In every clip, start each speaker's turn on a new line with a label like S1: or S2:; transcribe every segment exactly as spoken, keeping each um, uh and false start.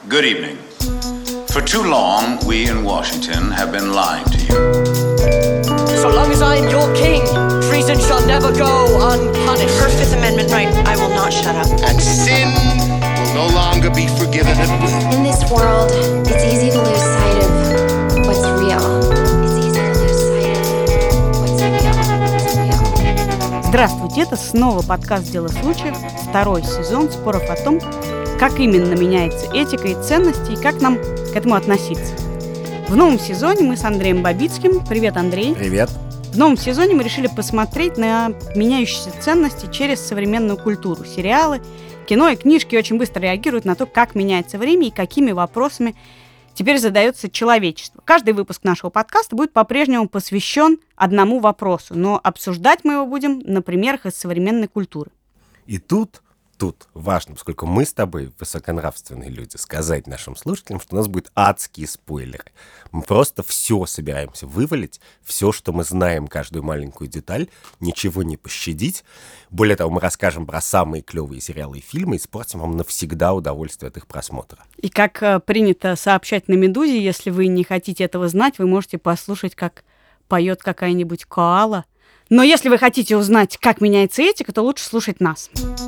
S1: Good evening. For too long, we in Washington have been lying to you.
S2: So long as I am your king, treason shall never go unpunished.
S3: Her Fifth Amendment right, I will not shut up.
S4: And sin will no longer be forgiven at will.
S5: In this world, it's easy to lose sight of what's real. It's easy to lose sight of what's real. What's real.
S6: Здравствуйте, это снова подкаст «Дело случая», второй сезон споров о том, как именно меняется этика и ценности, и как нам к этому относиться. В новом сезоне мы с Андреем Бабицким. Привет, Андрей.
S7: Привет.
S6: В новом сезоне мы решили посмотреть на меняющиеся ценности через современную культуру. Сериалы, кино и книжки очень быстро реагируют на то, как меняется время и какими вопросами теперь задается человечество. Каждый выпуск нашего подкаста будет по-прежнему посвящен одному вопросу, но обсуждать мы его будем на примерах из современной культуры.
S7: И тут, тут важно, поскольку мы с тобой высоконравственные люди, сказать нашим слушателям, что у нас будут адские спойлеры. Мы просто все собираемся вывалить, все, что мы знаем, каждую маленькую деталь, ничего не пощадить. Более того, мы расскажем про самые клевые сериалы и фильмы и испортим вам навсегда удовольствие от их просмотра.
S6: И как э, принято сообщать на «Медузе», если вы не хотите этого знать, вы можете послушать, как поет какая-нибудь коала. Но если вы хотите узнать, как меняется этика, то лучше слушать нас.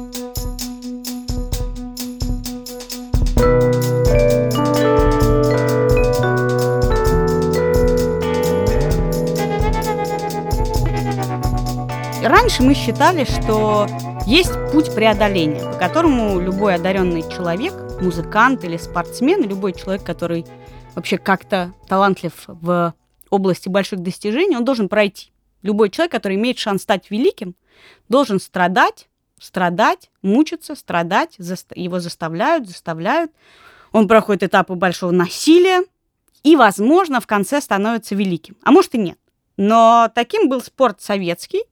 S6: Раньше мы считали, что есть путь преодоления, по которому любой одаренный человек, музыкант или спортсмен, любой человек, который вообще как-то талантлив в области больших достижений, он должен пройти. Любой человек, который имеет шанс стать великим, должен страдать, страдать, мучиться, страдать, заста- его заставляют, заставляют. Он проходит этапы большого насилия и, возможно, в конце становится великим. А может и нет. Но таким был спорт советский.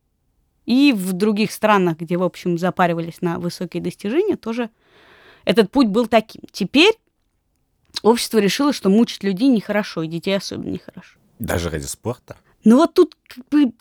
S6: И в других странах, где, в общем, запаривались на высокие достижения, тоже этот путь был таким. Теперь общество решило, что мучить людей нехорошо, и детей особенно нехорошо.
S7: Даже ради спорта?
S6: Ну вот тут как бы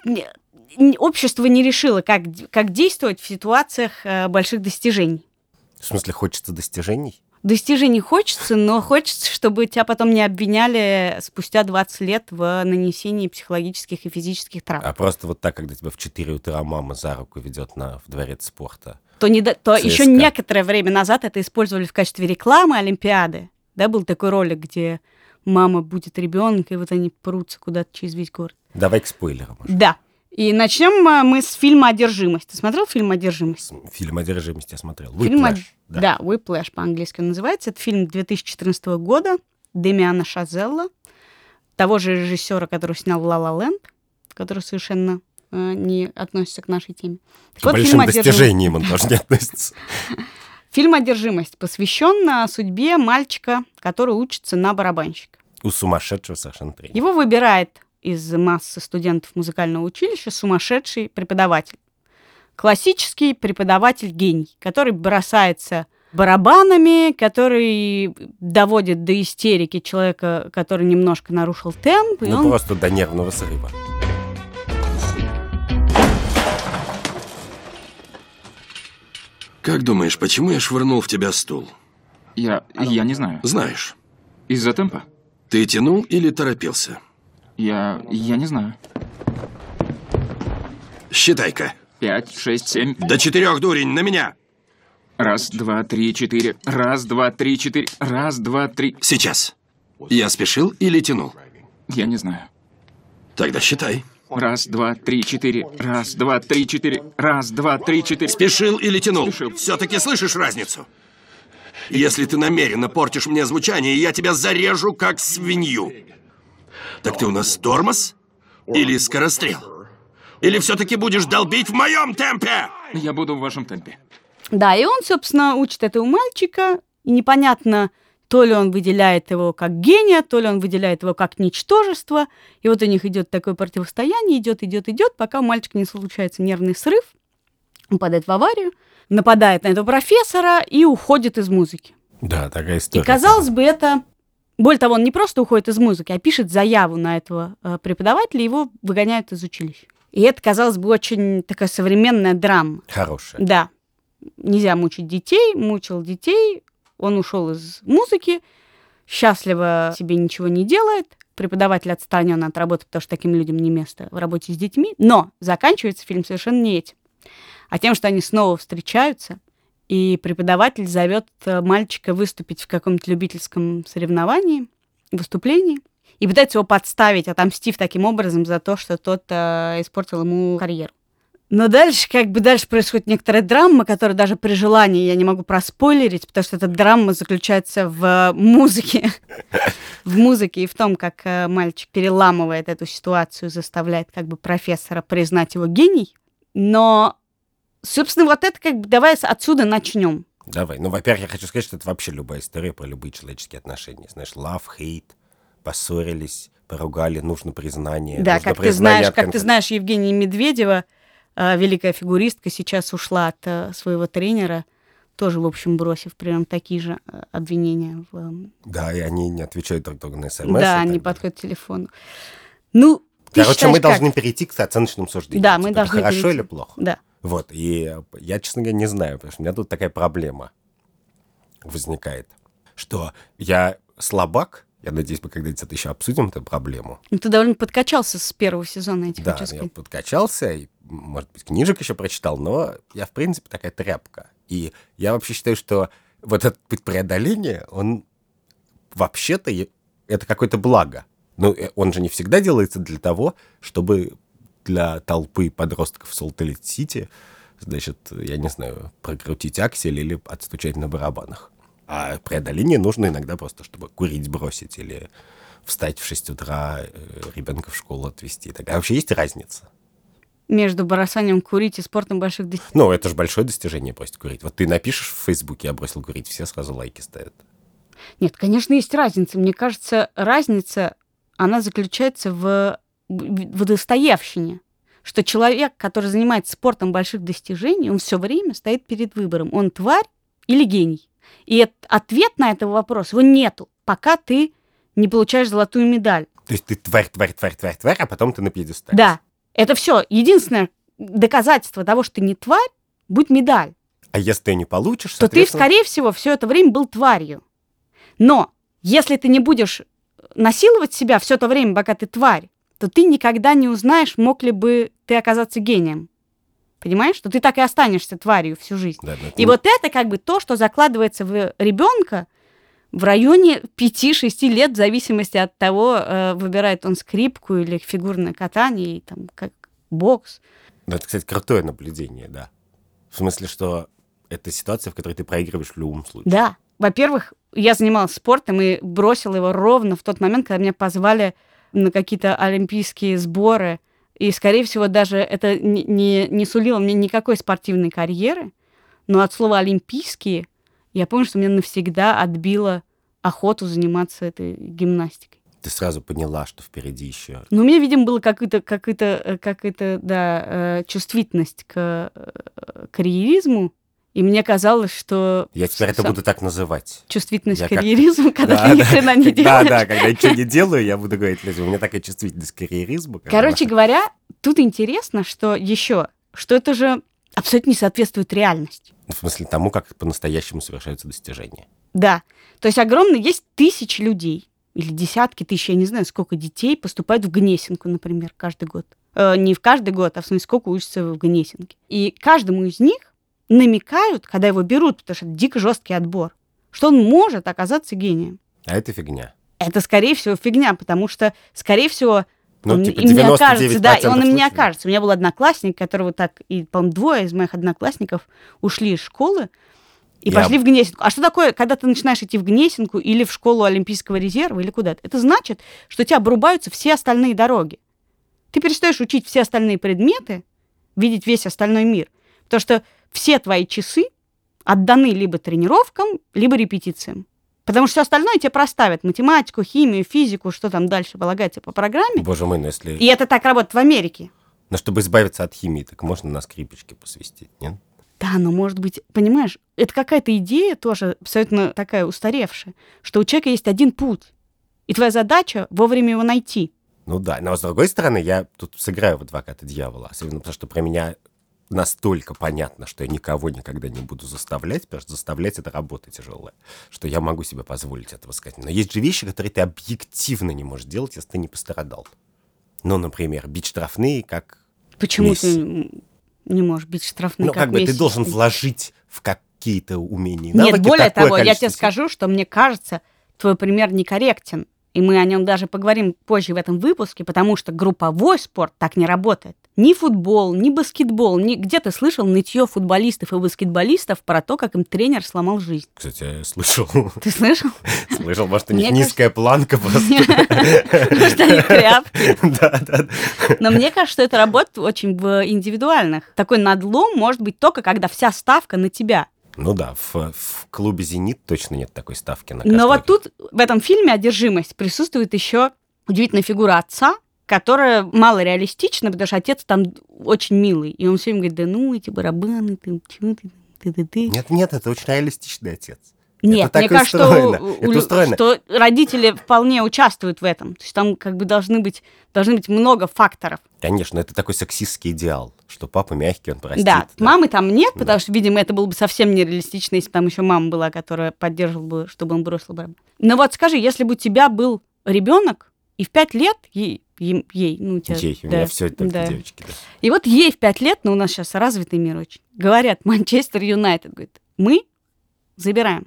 S6: общество не решило, как, как действовать в ситуациях э, больших достижений.
S7: В смысле, хочется достижений?
S6: Достижений хочется, но хочется, чтобы тебя потом не обвиняли спустя двадцать лет в нанесении психологических и физических травм.
S7: А просто вот так, когда тебя в четыре утра мама за руку ведет на, в дворец спорта.
S6: То, не, то
S7: ЦСКА.
S6: Еще некоторое время назад это использовали в качестве рекламы Олимпиады. Да, был такой ролик, где мама будет ребенка, и вот они прутся куда-то через весь город.
S7: Давай к спойлерам. Может.
S6: Да. И начнем мы с фильма «Одержимость». Ты смотрел фильм «Одержимость»?
S7: Фильм «Одержимость» я смотрел.
S6: Фильм
S7: Whiplash.
S6: Од... Да. да, «Whiplash» по-английски он называется. Это фильм две тысячи четырнадцатого года Демиана Шазелла, того же режиссера, который снял «Ла Ла Ленд», который совершенно э, не относится к нашей теме.
S7: К вот, большим достижениям он тоже не относится.
S6: Фильм «Одержимость» посвящен судьбе мальчика, который учится на барабанщика.
S7: У сумасшедшего совершенно тренера.
S6: Его выбирает из массы студентов музыкального училища сумасшедший преподаватель. Классический преподаватель-гений, который бросается барабанами, который доводит до истерики человека, который немножко нарушил темп.
S7: Ну,
S6: он...
S7: просто до нервного срыва.
S8: Как думаешь, почему я швырнул в тебя стул?
S9: Я... я не знаю.
S8: Знаешь.
S9: Из-за темпа?
S8: Ты тянул или торопился?
S9: Я... я не знаю.
S8: Считай-ка.
S9: Пять, шесть, семь.
S8: До четырех, дурень, на меня!
S9: Раз, два, три, четыре. Раз, два, три, четыре. Раз, два, три.
S8: Сейчас. Я спешил или тянул?
S9: Я не знаю.
S8: Тогда считай.
S9: Раз, два, три, четыре. Раз, два, три, четыре. Раз, два, три, четыре.
S8: Спешил или тянул?
S9: Спешил.
S8: Все-таки слышишь разницу? Если ты намеренно портишь мне звучание, я тебя зарежу, как свинью. Так ты у нас тормоз? Или скорострел? Или все-таки будешь долбить в моем темпе?
S9: Я буду в вашем темпе.
S6: Да, и он, собственно, учит этого мальчика, и непонятно, то ли он выделяет его как гения, то ли он выделяет его как ничтожество. И вот у них идет такое противостояние, идет, идет, идет, пока у мальчика не случается нервный срыв, он падает в аварию, нападает на этого профессора и уходит из музыки.
S7: Да, такая история.
S6: И, казалось бы, это... Более того, он не просто уходит из музыки, а пишет заяву на этого э, преподавателя, и его выгоняют из училища. И это, казалось бы, очень такая современная драма.
S7: Хорошая.
S6: Да. Нельзя мучить детей, мучил детей, он ушел из музыки, счастливо себе ничего не делает, преподаватель отстранен от работы, потому что таким людям не место в работе с детьми. Но заканчивается фильм совершенно не этим, а тем, что они снова встречаются, и преподаватель зовет мальчика выступить в каком-то любительском соревновании, выступлении, и пытается его подставить, отомстив таким образом за то, что тот э, испортил ему карьеру. Но дальше, как бы дальше происходит некоторая драма, которая даже при желании я не могу проспойлерить, потому что эта драма заключается в музыке. В музыке и в том, как э, мальчик переламывает эту ситуацию, заставляет как бы профессора признать его гений. Но, собственно, вот это как бы давай отсюда начнем.
S7: Давай. Ну, во-первых, я хочу сказать, что это вообще любая история про любые человеческие отношения. Знаешь, love, hate, поссорились, поругали, нужно признание.
S6: Да,
S7: нужно
S6: как ты
S7: признание
S6: знаешь,
S7: от кон-
S6: как ты знаешь, Евгения Медведева, э, великая фигуристка, сейчас ушла от э, своего тренера, тоже, в общем, бросив примерно такие же э, обвинения. В, э,
S7: Да, и они не отвечают друг другу на смс.
S6: да, они подходят к телефону. Ну, ты
S7: Короче,
S6: считаешь,
S7: мы должны
S6: как?
S7: перейти к оценочным суждениям.
S6: Да, мы
S7: Типа,
S6: должны
S7: это хорошо
S6: перейти.
S7: или плохо?
S6: Да.
S7: Вот, и я, честно говоря, не знаю, потому что у меня тут такая проблема возникает, что я слабак, я надеюсь, мы когда-нибудь это еще обсудим, эту проблему.
S6: Ну, ты довольно подкачался с первого сезона, я тебе
S7: Да,
S6: хочу
S7: я
S6: сказать.
S7: подкачался, и, может быть, книжек еще прочитал, но я, в принципе, такая тряпка. И я вообще считаю, что вот этот путь преодоления, он вообще-то, е- это какое-то благо. Ну, э, он же не всегда делается для того, чтобы для толпы подростков в Солт-Лейк-Сити, значит, я не знаю, прокрутить аксель или отстучать на барабанах. А преодоление нужно иногда просто, чтобы курить бросить или встать в шесть утра, э, ребенка в школу отвезти. Так, а вообще есть разница?
S6: Между бросанием курить и спортом больших достижений.
S7: Ну, это же большое достижение бросить курить. Вот ты напишешь в Фейсбуке «я бросил курить», все сразу лайки ставят.
S6: Нет, конечно, есть разница. Мне кажется, разница, она заключается в водостоявщине. Что человек, который занимается спортом больших достижений, он все время стоит перед выбором. Он тварь или гений? И это, ответ на этот вопрос его нету, пока ты не получаешь золотую медаль.
S7: То есть ты тварь, тварь, тварь, тварь, тварь, а потом ты на пьедестале.
S6: Да, это все. Единственное доказательство того, что ты не тварь, будет медаль.
S7: А если ты ее не получишь,
S6: То ты,
S7: соответственно...
S6: скорее всего, все это время был тварью. Но если ты не будешь насиловать себя все то время, пока ты тварь, то ты никогда не узнаешь, мог ли бы ты оказаться гением. Понимаешь? Что ты так и останешься тварью всю жизнь.
S7: Да,
S6: и вот это как бы то, что закладывается в ребенка в районе пяти-шести лет, в зависимости от того, э, выбирает он скрипку или фигурное катание, и, там, как бокс.
S7: Ну, это, кстати, крутое наблюдение, да. В смысле, что это ситуация, в которой ты проигрываешь в любом случае.
S6: Да. Во-первых, я занималась спортом и бросила его ровно в тот момент, когда меня позвали на какие-то олимпийские сборы. И, скорее всего, даже это не, не, не сулило мне никакой спортивной карьеры. Но от слова «олимпийские» я помню, что мне навсегда отбило охоту заниматься этой гимнастикой.
S7: Ты сразу поняла, что впереди еще...
S6: Ну, у меня, видимо, была какая-то, какая-то, какая-то да, чувствительность к карьеризму. И мне казалось, что...
S7: Я теперь это буду так называть.
S6: Чувствительность
S7: Я
S6: к карьеризму,
S7: как...
S6: когда
S7: да,
S6: ты ни
S7: да,
S6: хрена не делаешь.
S7: Да, да, когда я ничего не делаю, я буду говорить людям, у меня такая чувствительность к карьеризму.
S6: Короче говоря, тут интересно, что еще, что это же абсолютно не соответствует реальности.
S7: В смысле тому, как по-настоящему совершаются достижения.
S6: Да. То есть огромно, есть тысячи людей, или десятки тысяч, я не знаю, сколько детей поступают в Гнесинку, например, каждый год. Э, не в каждый год, а в смысле, сколько учатся в Гнесинке. И каждому из них намекают, когда его берут, потому что это дико жесткий отбор, что он может оказаться гением.
S7: А это фигня.
S6: Это, скорее всего, фигня, потому что, скорее всего,
S7: Ну,
S6: он
S7: типа
S6: им не
S7: девяносто девять
S6: окажется. Да, и он им не
S7: случаев.
S6: окажется. У меня был одноклассник, которого так, и, по-моему, двое из моих одноклассников ушли из школы и
S7: Я-
S6: пошли в Гнесинку. А что такое, когда ты начинаешь идти в Гнесинку или в школу Олимпийского резерва, или куда-то? Это значит, что у тебя обрубаются все остальные дороги. Ты перестаешь учить все остальные предметы, видеть весь остальной мир. Потому что все твои часы отданы либо тренировкам, либо репетициям. Потому что все остальное тебе проставят. Математику, химию, физику, что там дальше полагается по программе.
S7: Боже мой, ну если...
S6: И это так работает в Америке.
S7: Но чтобы избавиться от химии, так можно на скрипочке посвистеть, нет?
S6: Да, но, может быть, понимаешь, это какая-то идея тоже абсолютно такая устаревшая, что у человека есть один путь, и твоя задача вовремя его найти.
S7: Ну да, но с другой стороны, я тут сыграю в адвоката дьявола, особенно потому что про меня настолько понятно, что я никого никогда не буду заставлять, потому что заставлять — это работа тяжелая, что я могу себе позволить этого сказать. Но есть же вещи, которые ты объективно не можешь делать, если ты не пострадал. Ну, например, бить штрафные, как
S6: Почему
S7: Месси.
S6: ты не можешь бить штрафные,
S7: Ну,
S6: как
S7: как бы
S6: Месси?
S7: ты должен вложить в какие-то умения и
S6: Нет,
S7: навыки
S6: более
S7: такое
S6: того, я тебе
S7: количество сил.
S6: скажу, что мне кажется, твой пример некорректен. И мы о нем даже поговорим позже в этом выпуске, потому что групповой спорт так не работает. Ни футбол, ни баскетбол, ни... где ты слышал нытье футболистов и баскетболистов про то, как им тренер сломал жизнь?
S7: Кстати, я слышал.
S6: Ты слышал?
S7: Слышал, может, у них
S6: Мне
S7: низкая планка просто.
S6: Потому что они тряпки.
S7: Да, да.
S6: Но мне кажется, что это работает очень в индивидуальных. Такой надлом может быть только, когда вся ставка на тебя.
S7: Ну да, в, в клубе «Зенит» точно нет такой ставки на
S6: Но вот
S7: каждого.
S6: тут, в этом фильме «Одержимость» присутствует еще удивительная фигура отца, которая мало реалистична, потому что отец там очень милый. И он все время говорит: да ну, эти барабаны, ты, чё ты, ты, ты, ты.
S7: Нет, нет, это очень реалистичный отец.
S6: Нет,
S7: это
S6: мне
S7: так
S6: кажется,
S7: устроено.
S6: что,
S7: Это
S6: у-
S7: устроено.
S6: что родители вполне участвуют в этом. То есть там как бы должны быть, должны быть много факторов.
S7: Конечно, это такой сексистский идеал, что папа мягкий, он простит.
S6: Да, мамы там нет, потому что, видимо, это было бы совсем нереалистично, если бы там еще мама была, которая поддерживала бы, чтобы он бросил барабан. Но вот скажи, если бы у тебя был ребенок, и в пять лет ей, ей, ей, ну, у тебя...
S7: Ей, у
S6: да,
S7: меня все только
S6: да.
S7: девочки. Да.
S6: И вот ей в пять лет, но у нас сейчас развитый мир очень, говорят, Манчестер Юнайтед, говорит, мы забираем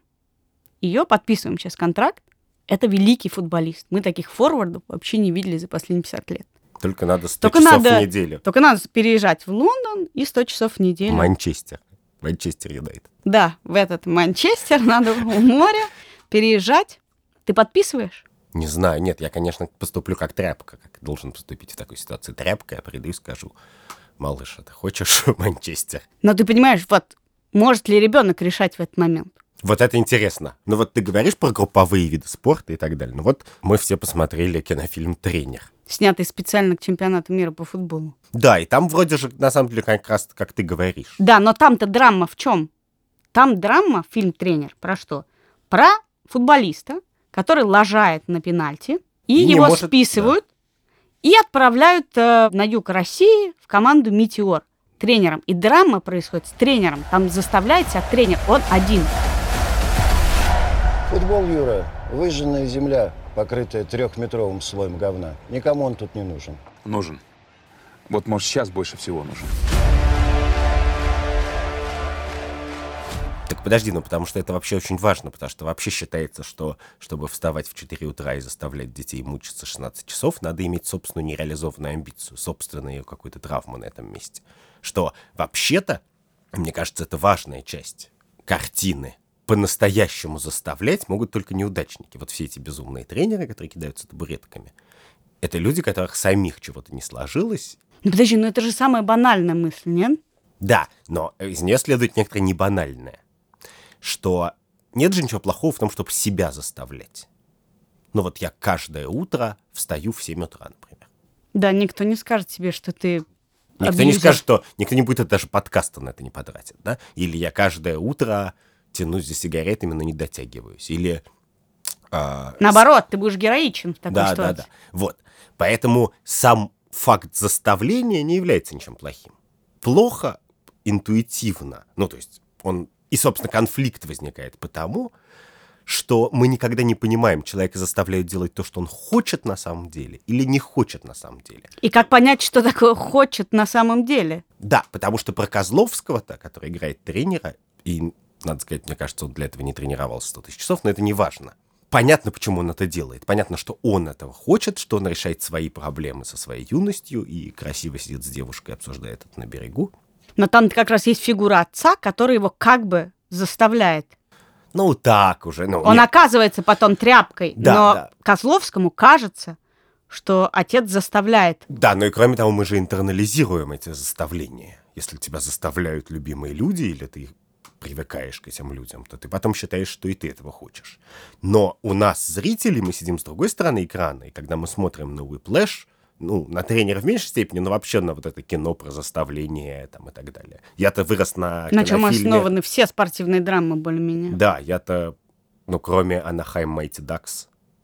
S6: ее, подписываем сейчас контракт, это великий футболист. Мы таких форвардов вообще не видели за последние пятьдесят лет.
S7: Только надо сто
S6: Только
S7: часов
S6: надо-
S7: в неделю.
S6: Только надо переезжать в Лондон и сто часов в неделю.
S7: Манчестер. Манчестер Юнайтед.
S6: Да, в этот Манчестер надо у моря переезжать. Ты подписываешь?
S7: Не знаю, нет, я, конечно, поступлю как тряпка, как должен поступить в такой ситуации. Тряпка, я приду и скажу: малыш, а ты хочешь в Манчестер?
S6: Но ты понимаешь, вот может ли ребенок решать в этот момент?
S7: Вот это интересно. Ну вот ты говоришь про групповые виды спорта и так далее. Ну вот мы все посмотрели кинофильм «Тренер».
S6: Снятый специально к чемпионату мира по футболу.
S7: Да, и там вроде же, на самом деле, как раз, как ты говоришь.
S6: Да, но там-то драма в чем? Там драма, фильм «Тренер», про что? Про футболиста, который лажает на пенальти, и,
S7: И не
S6: его
S7: может-
S6: списывают, и отправляют э, на юг России в команду «Метеор» тренером. И драма происходит с тренером. Там заставляет себя тренер, он один.
S10: Футбол, Юра, выжженная земля, покрытая трехметровым слоем говна. Никому он тут не нужен.
S9: Нужен. Вот, может, сейчас больше всего нужен.
S7: Так подожди, ну потому что это вообще очень важно, потому что вообще считается, что чтобы вставать в четыре утра и заставлять детей мучиться шестнадцать часов, надо иметь собственную нереализованную амбицию, собственную какую-то травму на этом месте. Что вообще-то, мне кажется, это важная часть картины. По-настоящему заставлять могут только неудачники. Вот все эти безумные тренеры, которые кидаются табуретками, это люди, которых самих чего-то не сложилось.
S6: Ну подожди, ну это же самая банальная мысль, нет?
S7: Да, но из нее следует некоторое небанальное, что нет же ничего плохого в том, чтобы себя заставлять. Ну вот я каждое утро встаю в семь утра, например.
S6: Да, никто не скажет тебе, что ты
S7: Никто не
S6: абьюзер.
S7: скажет, что никто не будет даже подкаста на это не потратить, да? Или я каждое утро тянусь за сигаретами, но не дотягиваюсь. Или... а,
S6: Наоборот, ты будешь героичен в такой
S7: Да,
S6: ситуации.
S7: да, да. Вот. Поэтому сам факт заставления не является ничем плохим. Плохо интуитивно. Ну, то есть он... И, собственно, конфликт возникает потому, что мы никогда не понимаем, человека заставляют делать то, что он хочет на самом деле, или не хочет на самом деле.
S6: И как понять, что такое хочет на самом деле?
S7: Да, потому что про Козловского-то, который играет тренера, и, надо сказать, мне кажется, он для этого не тренировался сто тысяч часов, но это не важно. Понятно, почему он это делает. Понятно, что он этого хочет, что он решает свои проблемы со своей юностью и красиво сидит с девушкой, обсуждает это на берегу.
S6: Но там как раз есть фигура отца, который его как бы заставляет.
S7: Ну, так уже. Ну,
S6: Он
S7: нет.
S6: оказывается потом тряпкой,
S7: Да,
S6: но
S7: да.
S6: Козловскому кажется, что отец заставляет.
S7: Да, но и кроме того, мы же интернализируем эти заставления. Если тебя заставляют любимые люди, или ты привыкаешь к этим людям, то ты потом считаешь, что и ты этого хочешь. Но у нас, зрители, мы сидим с другой стороны экрана, и когда мы смотрим на Whiplash, ну, на тренера в меньшей степени, но вообще на вот это кино про заставление там, и так далее. Я-то вырос на
S6: На чем
S7: кинофильме...
S6: основаны все спортивные драмы более-менее.
S7: Да, я-то, ну, кроме Anaheim Mighty Ducks,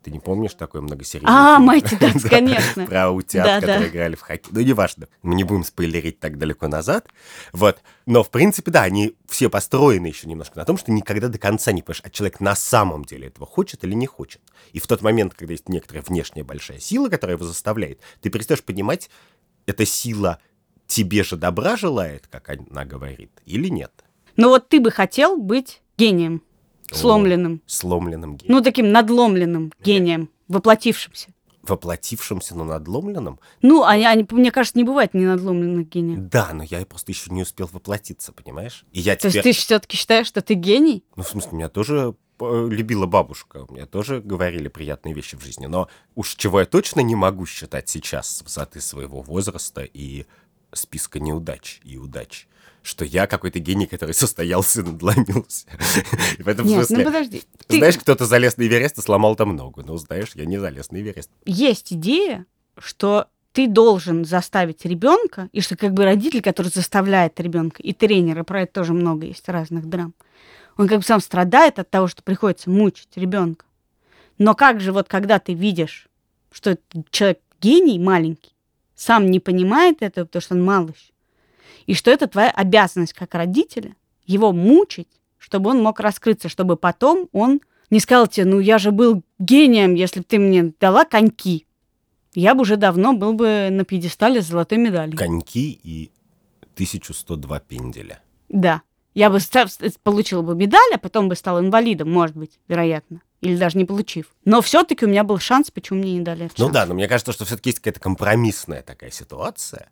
S7: Ты не помнишь такой многосерийный
S6: А,
S7: фильм?
S6: Mighty Ducks, конечно.
S7: Про утят,
S6: Да,
S7: которые
S6: да.
S7: играли в хоккей. Ну, неважно, мы не будем спойлерить так далеко назад. Вот. Но, в принципе, да, они все построены еще немножко на том, что никогда до конца не понимаешь, а человек на самом деле этого хочет или не хочет. И в тот момент, когда есть некоторая внешняя большая сила, которая его заставляет, ты перестаешь понимать, эта сила тебе же добра желает, как она говорит, или нет.
S6: Ну вот ты бы хотел быть гением, сломленным.
S7: О, сломленным гением.
S6: Ну, таким надломленным гением, воплотившимся.
S7: Воплотившимся, но надломленным?
S6: Ну, они, они, мне кажется, не бывает не надломленных гениев.
S7: Да, но я просто еще не успел воплотиться, понимаешь? И я
S6: То
S7: теперь...
S6: есть ты все-таки считаешь, что ты гений?
S7: Ну, в смысле, меня тоже э, любила бабушка, мне тоже говорили приятные вещи в жизни, но уж чего я точно не могу считать сейчас с высоты своего возраста и списка неудач и удач, что я какой-то гений, который состоялся и надломился. В этом
S6: Нет,
S7: смысле...
S6: ну подожди.
S7: Знаешь,
S6: Ты...
S7: кто-то залез на Эверест и сломал там ногу. Ну, знаешь, я не залез на Эверест.
S6: Есть идея, что ты должен заставить ребенка, и что как бы родитель, который заставляет ребенка, и тренеры, про это тоже много есть разных драм, он как бы сам страдает от того, что приходится мучить ребенка. Но как же вот когда ты видишь, что этот человек гений маленький, сам не понимает этого, потому что он мал еще, и что это твоя обязанность как родителя его мучить, чтобы он мог раскрыться, чтобы потом он не сказал тебе, ну я же был гением, если бы ты мне дала коньки. Я бы уже давно был бы на пьедестале с золотой медалью.
S7: Коньки и тысяча сто два пенделя.
S6: Да. Я бы ста- получила бы медаль, а потом бы стала инвалидом, может быть, вероятно. Или даже не получив. Но все-таки у меня был шанс, почему мне не дали этот
S7: Ну
S6: шанс.
S7: да, но мне кажется, что все-таки есть какая-то компромиссная такая ситуация,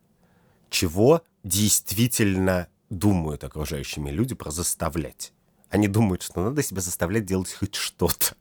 S7: чего действительно думают окружающими люди про заставлять. Они думают, что надо себя заставлять делать хоть что-то.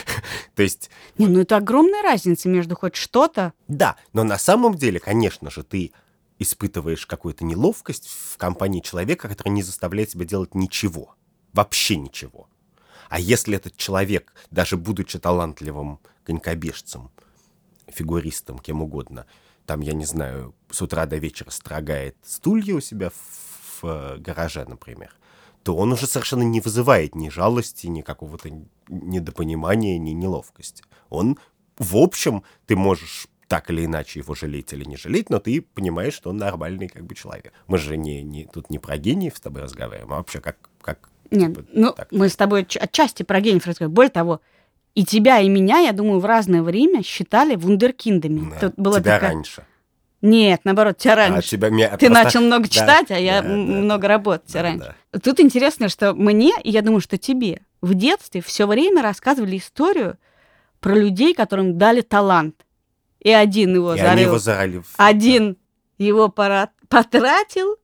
S7: То есть...
S6: Не, ну это огромная разница между хоть что-то...
S7: Да, но на самом деле, конечно же, ты испытываешь какую-то неловкость в компании человека, который не заставляет тебя делать ничего. Вообще ничего. А если этот человек, даже будучи талантливым конькобежцем, фигуристом, кем угодно, там, я не знаю, с утра до вечера строгает стулья у себя в, в гараже, например, то он уже совершенно не вызывает ни жалости, ни какого-то недопонимания, ни неловкости. Он, в общем, ты можешь так или иначе его жалеть или не жалеть, но ты понимаешь, что он нормальный как бы человек. Мы же не, не, тут не про гениев с тобой разговариваем, а вообще как... как
S6: Нет,
S7: типа,
S6: ну
S7: так.
S6: мы с тобой ч- отчасти про гениев разговариваем. Более того, и тебя, и меня, я думаю, в разное время считали вундеркиндами.
S7: Да,
S6: Тут была
S7: тебя
S6: такая...
S7: раньше.
S6: Нет, наоборот, тебя раньше.
S7: А тебя, меня,
S6: Ты
S7: просто...
S6: начал много
S7: Да,
S6: читать, а я
S7: да,
S6: м-
S7: да,
S6: много
S7: да,
S6: работать
S7: да,
S6: раньше.
S7: да.
S6: Тут интересно, что мне, и я думаю, что тебе, в детстве все время рассказывали историю про людей, которым дали талант. И один его
S7: И
S6: зарыл.
S7: они его зарали в...
S6: Один его пора... потратил,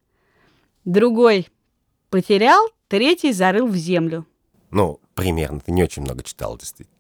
S6: другой потерял, третий зарыл в землю.
S7: Ну, примерно. Ты не очень много читал, действительно.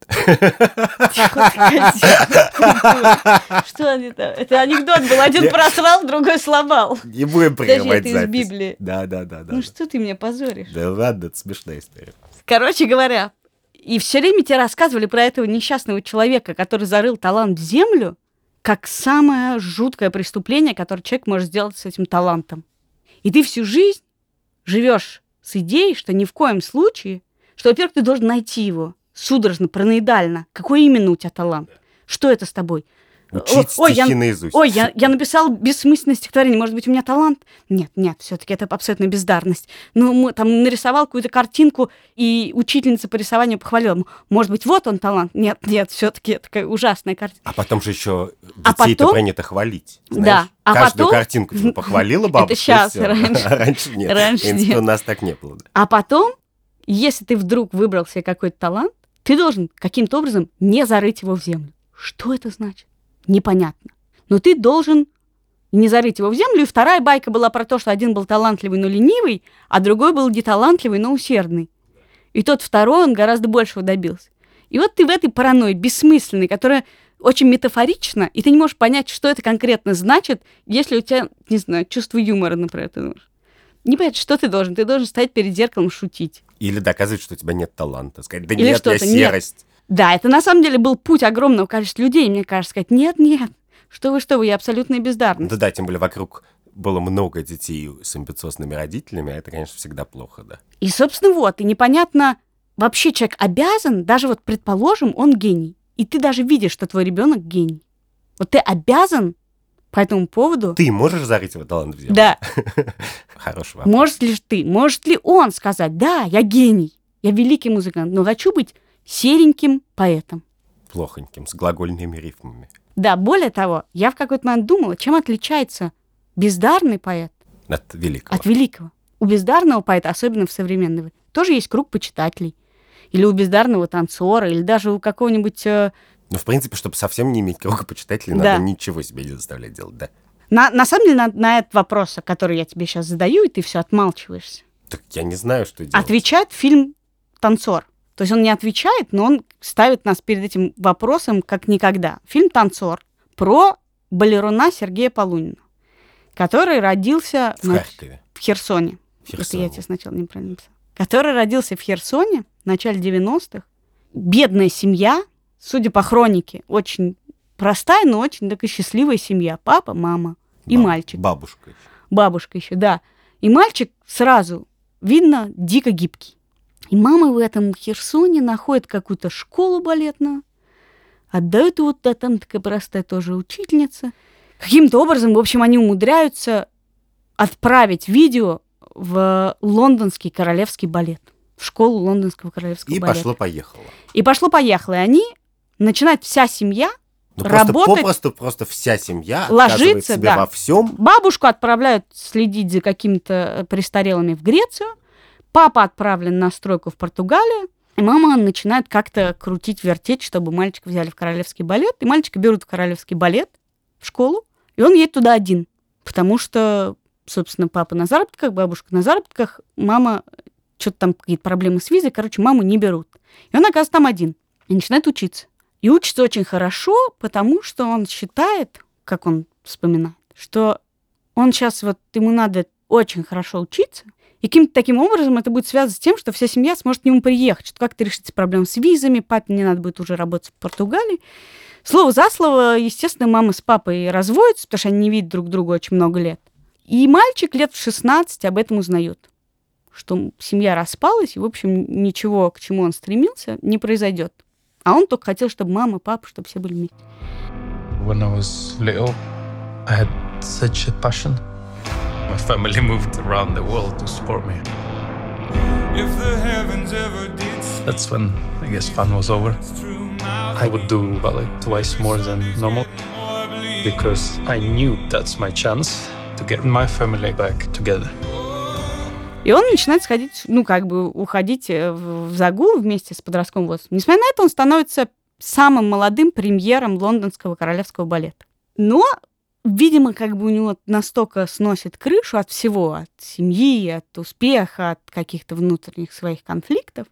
S6: Что они там? Это анекдот был. Один просрал, другой сломал.
S7: Не будем
S6: Подожди,
S7: прерывать
S6: это из
S7: запись.
S6: Библии.
S7: Да, да, да, да.
S6: Ну
S7: да.
S6: что ты меня позоришь?
S7: Да ладно, это смешная история.
S6: Короче говоря, и все время тебе рассказывали про этого несчастного человека, который зарыл талант в землю, как самое жуткое преступление, которое человек может сделать с этим талантом. И ты всю жизнь живешь с идеей, что ни в коем случае, что, во-первых, ты должен найти его судорожно, параноидально. Какой именно у тебя талант? Что это с тобой?
S7: Учить
S6: Ой,
S7: стихи
S6: я,
S7: наизусть.
S6: Ой, я, я написал бессмысленное стихотворение. Может быть, у меня талант? Нет, нет, все-таки это абсолютная бездарность. Ну, мы, там нарисовал какую-то картинку, и учительница по рисованию похвалила. Может быть, вот он талант? Нет, нет, все-таки это такая ужасная картина.
S7: А потом же еще
S6: А
S7: детей-то
S6: потом-
S7: принято хвалить. Знаешь?
S6: Да, а
S7: Каждую
S6: потом-
S7: картинку ты похвалила бабушка.
S6: Это щас,
S7: и всё.
S6: раньше-
S7: А раньше нет.
S6: раньше
S7: В принципе,
S6: нет.
S7: у нас так не было. да.
S6: А потом, если ты вдруг выбрал себе какой-то талант, ты должен каким-то образом не зарыть его в землю. Что это значит? Непонятно. Но ты должен не зарыть его в землю. И вторая байка была про то, что один был талантливый, но ленивый, а другой был не талантливый, но усердный. И тот второй, он гораздо большего добился. И вот ты в этой паранойи бессмысленной, которая очень метафорична, и ты не можешь понять, что это конкретно значит, если у тебя, не знаю, чувство юмора, например, ты можешь. Не понять, что ты должен. Ты должен стоять перед зеркалом и шутить.
S7: Или доказывать, что у тебя нет таланта. Сказать, да
S6: Или
S7: нет,
S6: что-то.
S7: я
S6: Нет.
S7: серость.
S6: Да, это на самом деле был путь огромного количества людей, мне кажется, сказать, нет, нет, что вы, что вы, я абсолютная бездарность.
S7: Да, да, тем более вокруг было много детей с амбициозными родителями, а это, конечно, всегда плохо, да.
S6: И, собственно, вот, и непонятно, вообще человек обязан, даже вот, предположим, он гений, и ты даже видишь, что твой ребенок гений. Вот ты обязан по этому поводу...
S7: Ты можешь зарыть его талант в землю?
S6: Да.
S7: Хороший вопрос.
S6: Может ли ты, может ли он сказать, да, я гений, я великий музыкант, но хочу быть сереньким поэтом.
S7: Плохоньким, с глагольными рифмами.
S6: Да, более того, я в какой-то момент думала, чем отличается бездарный поэт
S7: От великого.
S6: от великого. У бездарного поэта, особенно в современном, тоже есть круг почитателей. Или у бездарного танцора, или даже у какого-нибудь... Э...
S7: Ну, в принципе, чтобы совсем не иметь круга почитателей,
S6: да.
S7: надо ничего себе не заставлять делать, да.
S6: На, на самом деле, на, на этот вопрос, который я тебе сейчас задаю, и ты все отмалчиваешься.
S7: Так я не знаю, что делать.
S6: Отвечает фильм «Танцор». То есть он не отвечает, но он ставит нас перед этим вопросом как никогда. Фильм «Танцор» про балеруна Сергея Полунина, который родился
S7: в,
S6: на...
S7: Харькове.
S6: в Херсоне.
S7: В Херсоне.
S6: Это я тебе сначала неправильно написала. Который родился в Херсоне в начале девяностых. Бедная семья, судя по хронике, очень простая, но очень такая счастливая семья. Папа, мама и
S7: Баб...
S6: мальчик.
S7: Бабушка еще.
S6: Бабушка еще, да. И мальчик сразу, видно, дико гибкий. И мама в этом Херсоне находит какую-то школу балетную, отдает его туда, там такая простая тоже учительница. Каким-то образом, в общем, они умудряются отправить видео в лондонский королевский балет, в школу лондонского королевского
S7: и
S6: балета.
S7: И пошло-поехало.
S6: И пошло-поехало. И они начинают, вся семья,
S7: ну,
S6: работать.
S7: Просто, попросту просто вся семья
S6: ложится,
S7: себе
S6: да.
S7: во всем.
S6: Бабушку отправляют следить за какими-то престарелыми в Грецию. Папа отправлен на стройку в Португалию. И мама начинает как-то крутить, вертеть, чтобы мальчика взяли в королевский балет. И мальчика берут в королевский балет, в школу. И он едет туда один. Потому что, собственно, папа на заработках, бабушка на заработках. Мама, что-то там какие-то проблемы с визой. Короче, маму не берут. И он, оказывается, там один. И начинает учиться. И учится очень хорошо, потому что он считает, как он вспоминает, что он сейчас вот, ему надо очень хорошо учиться, и каким-то таким образом это будет связано с тем, что вся семья сможет к нему приехать, что как-то решится проблема с визами, папе не надо будет уже работать в Португалии. Слово за слово, естественно, мама с папой разводятся, потому что они не видят друг друга очень много лет. И мальчик лет в шестнадцать об этом узнает, что семья распалась, и, в общем, ничего, к чему он стремился, не произойдет. А он только хотел, чтобы мама, папа, чтобы все были вместе.
S11: When I was little, I had such a passion. My family moved around the world to support me. That's when, I guess, fun was over. I would do ballet twice more than normal because I knew that's my chance to get my family back together.
S6: И он начинает сходить, ну, как бы уходить в загул вместе с подростковым возрастом. Несмотря на это, он становится самым молодым премьером лондонского королевского балета. Но, видимо, как бы у него настолько сносит крышу от всего, от семьи, от успеха, от каких-то внутренних своих конфликтов,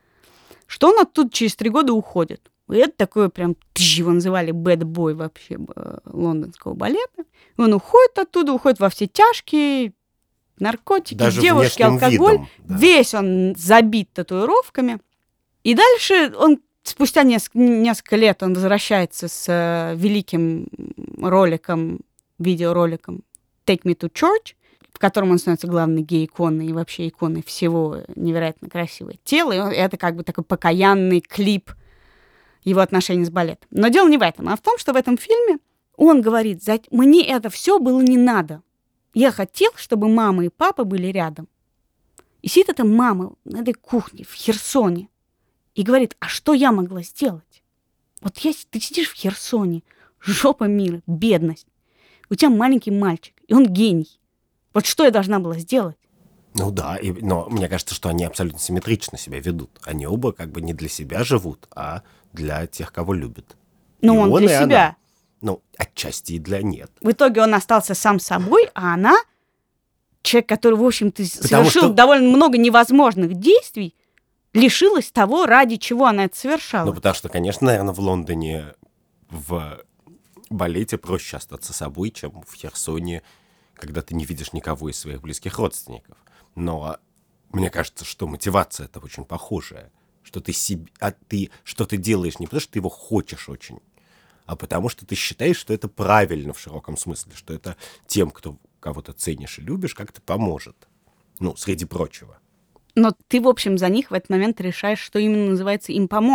S6: что он оттуда через три года уходит. И это такое прям, его называли бэд-бой вообще лондонского балета. И он уходит оттуда, уходит во все тяжкие, наркотики,
S7: даже
S6: девушки, алкоголь.
S7: Видом, да.
S6: Весь он забит татуировками. И дальше он, спустя несколько, несколько лет, он возвращается с э, великим роликом, видеороликом «Take Me to Church», в котором он становится главной гей-иконой и вообще иконой всего невероятно красивое тело. И он, это как бы такой покаянный клип его отношений с балетом. Но дело не в этом, а в том, что в этом фильме он говорит: «Мне это все было не надо. Я хотел, чтобы мама и папа были рядом». И сидит эта мама на этой кухне в Херсоне и говорит: а что я могла сделать? Вот я, ты сидишь в Херсоне, жопа мира, бедность. У тебя маленький мальчик, и он гений. Вот что я должна была сделать?
S7: Ну да, и, но мне кажется, что они абсолютно симметрично себя ведут. Они оба как бы не для себя живут, а для тех, кого любят.
S6: Но
S7: и
S6: он, он для
S7: и
S6: себя.
S7: Она. Ну, отчасти и для нет.
S6: В итоге он остался сам собой, а она, человек, который, в общем-то,
S7: Потому
S6: совершил
S7: что...
S6: довольно много невозможных действий, лишилась того, ради чего она это совершала.
S7: Ну, потому что, конечно, наверное, в Лондоне в балете проще остаться собой, чем в Херсоне, когда ты не видишь никого из своих близких родственников. Но мне кажется, что мотивация это очень похожая. Что ты, себе... а ты что-то делаешь не потому, что ты его хочешь очень, а потому что ты считаешь, что это правильно в широком смысле, что это тем, кто кого ты ценишь и любишь, как-то поможет. Ну, среди прочего.
S6: Но ты, в общем, за них в этот момент решаешь, что именно называется им поможет.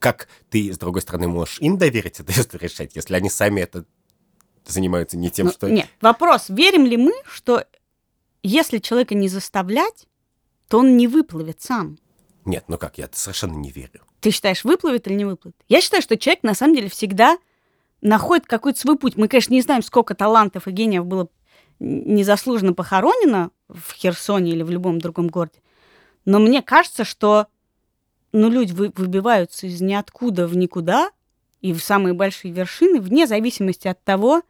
S7: как ты, с другой стороны, можешь им доверить это решать, если они сами это занимаются не тем,
S6: ну,
S7: что...
S6: Нет, вопрос, верим ли мы, что если человека не заставлять, то он не выплывет сам?
S7: Нет, ну как, я совершенно не верю.
S6: Ты считаешь, выплывет или не выплывет? Я считаю, что человек, на самом деле, всегда находит какой-то свой путь. Мы, конечно, не знаем, сколько талантов и гениев было незаслуженно похоронено в Херсоне или в любом другом городе. Но мне кажется, что ну, люди вы, выбиваются из ниоткуда в никуда и в самые большие вершины, вне зависимости от того,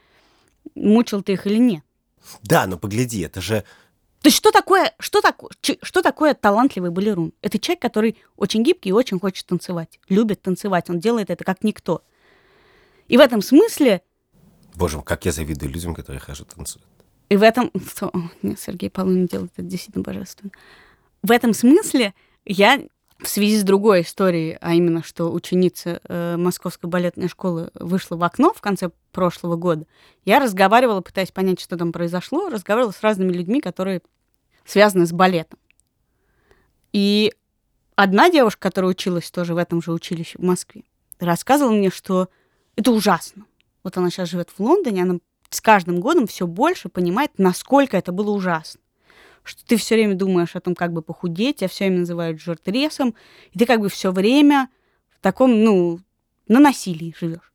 S6: мучил ты их или нет.
S7: Да, но погляди, это же...
S6: То есть что такое, что такое, что такое талантливый балерун? Это человек, который очень гибкий и очень хочет танцевать, любит танцевать, он делает это как никто. И в этом смысле...
S7: Боже мой, как я завидую людям, которые хорошо танцуют.
S6: И в этом... О, нет, Сергей Полунин делает это действительно божественно. В этом смысле я в связи с другой историей, а именно, что ученица э, Московской балетной школы вышла в окно в конце прошлого года, я разговаривала, пытаясь понять, что там произошло, разговаривала с разными людьми, которые связаны с балетом. И одна девушка, которая училась тоже в этом же училище в Москве, рассказывала мне, что это ужасно. Вот она сейчас живет в Лондоне, она с каждым годом все больше понимает, насколько это было ужасно. Что ты все время думаешь о том, как бы похудеть, тебя все время называют жиртресом, и ты как бы все время в таком, ну, на насилии живешь.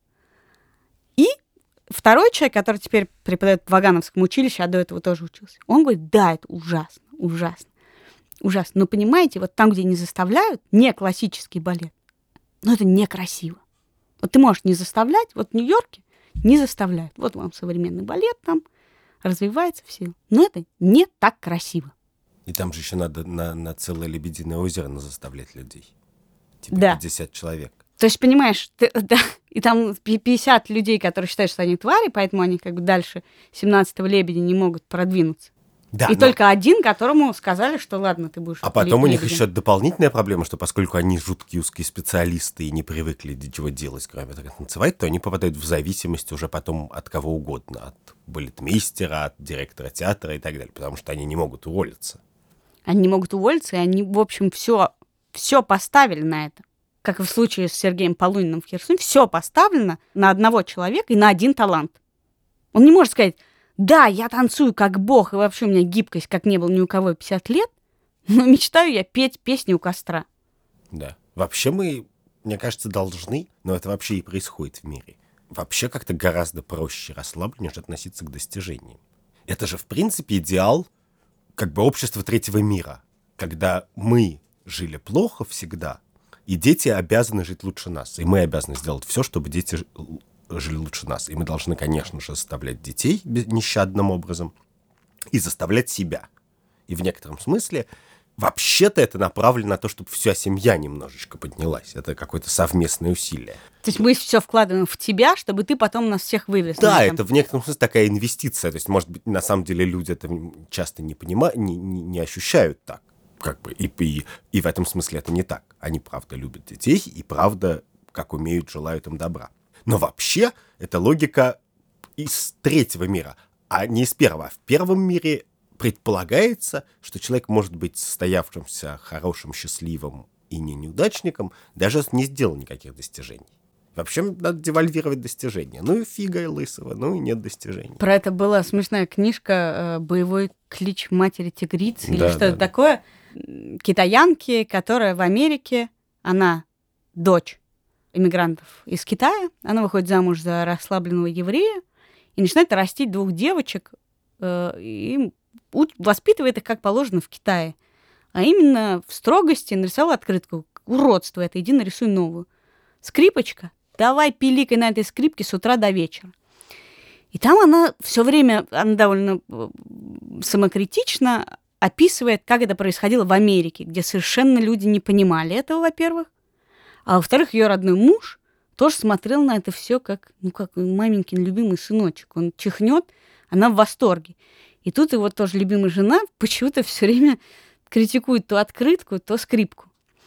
S6: И второй человек, который теперь преподает в Вагановском училище, а до этого тоже учился, он говорит, да, это ужасно, ужасно, ужасно. Но понимаете, вот там, где не заставляют, не классический балет, но это некрасиво. Вот ты можешь не заставлять, вот в Нью-Йорке не заставляют. Вот вам современный балет там, развивается все. Но это не так красиво.
S7: И там же еще надо на, на целое Лебединое озеро заставлять людей. Типа
S6: да.
S7: пятьдесят человек.
S6: То есть, понимаешь, ты, да, и там пятьдесят людей, которые считают, что они твари, поэтому они как бы дальше семнадцатого лебедя не могут продвинуться.
S7: Да,
S6: и
S7: но...
S6: только один, которому сказали, что ладно, ты будешь...
S7: А потом у них
S6: лебедем.
S7: еще дополнительная проблема, что поскольку они жуткие узкие специалисты и не привыкли ничего делать, кроме того, как танцевать, то они попадают в зависимость уже потом от кого угодно. От балетмейстера, от директора театра и так далее. Потому что они не могут уволиться.
S6: Они не могут уволиться, и они, в общем, все, все поставили на это. Как и в случае с Сергеем Полуниным в Херсоне, все поставлено на одного человека и на один талант. Он не может сказать... Да, я танцую как бог, и вообще у меня гибкость, как не было ни у кого пятьдесят лет, но мечтаю я петь песни у костра.
S7: Да. Вообще мы, мне кажется, должны, но это вообще и происходит в мире, вообще как-то гораздо проще, расслабленнее относиться к достижениям. Это же, в принципе, идеал как бы общества третьего мира, когда мы жили плохо всегда, и дети обязаны жить лучше нас, и мы обязаны сделать все, чтобы дети жили лучше нас. И мы должны, конечно же, заставлять детей нещадным образом и заставлять себя. И в некотором смысле вообще-то это направлено на то, чтобы вся семья немножечко поднялась. Это какое-то совместное усилие.
S6: То есть мы все вкладываем в тебя, чтобы ты потом нас всех вывез.
S7: Да, это в некотором смысле такая инвестиция. То есть, может быть, на самом деле люди это часто не понимают, не, не, не ощущают так. Как бы, и, и, и в этом смысле это не так. Они, правда, любят детей и, правда, как умеют, желают им добра. Но вообще это логика из третьего мира, а не из первого. В первом мире предполагается, что человек может быть состоявшимся, хорошим, счастливым и не неудачником, даже если не сделал никаких достижений. Вообще надо девальвировать достижения. Ну и фига и лысого, ну и нет достижений.
S6: Про это была смешная книжка «Боевой клич матери тигрицы» или
S7: да,
S6: что-то
S7: да,
S6: такое. Китаянки, которая в Америке, она дочь иммигрантов из Китая, она выходит замуж за расслабленного еврея и начинает растить двух девочек э, и воспитывает их, как положено, в Китае. А именно в строгости нарисовала открытку. Уродство это, иди нарисуй новую. Скрипочка, давай пиликай на этой скрипке с утра до вечера. И там она все время, она довольно самокритично описывает, как это происходило в Америке, где совершенно люди не понимали этого, во-первых. А во-вторых, ее родной муж тоже смотрел на это все как, ну, как маменькин любимый сыночек. Он чихнет, она в восторге. И тут его тоже любимая жена почему-то все время критикует то открытку, то скрипку.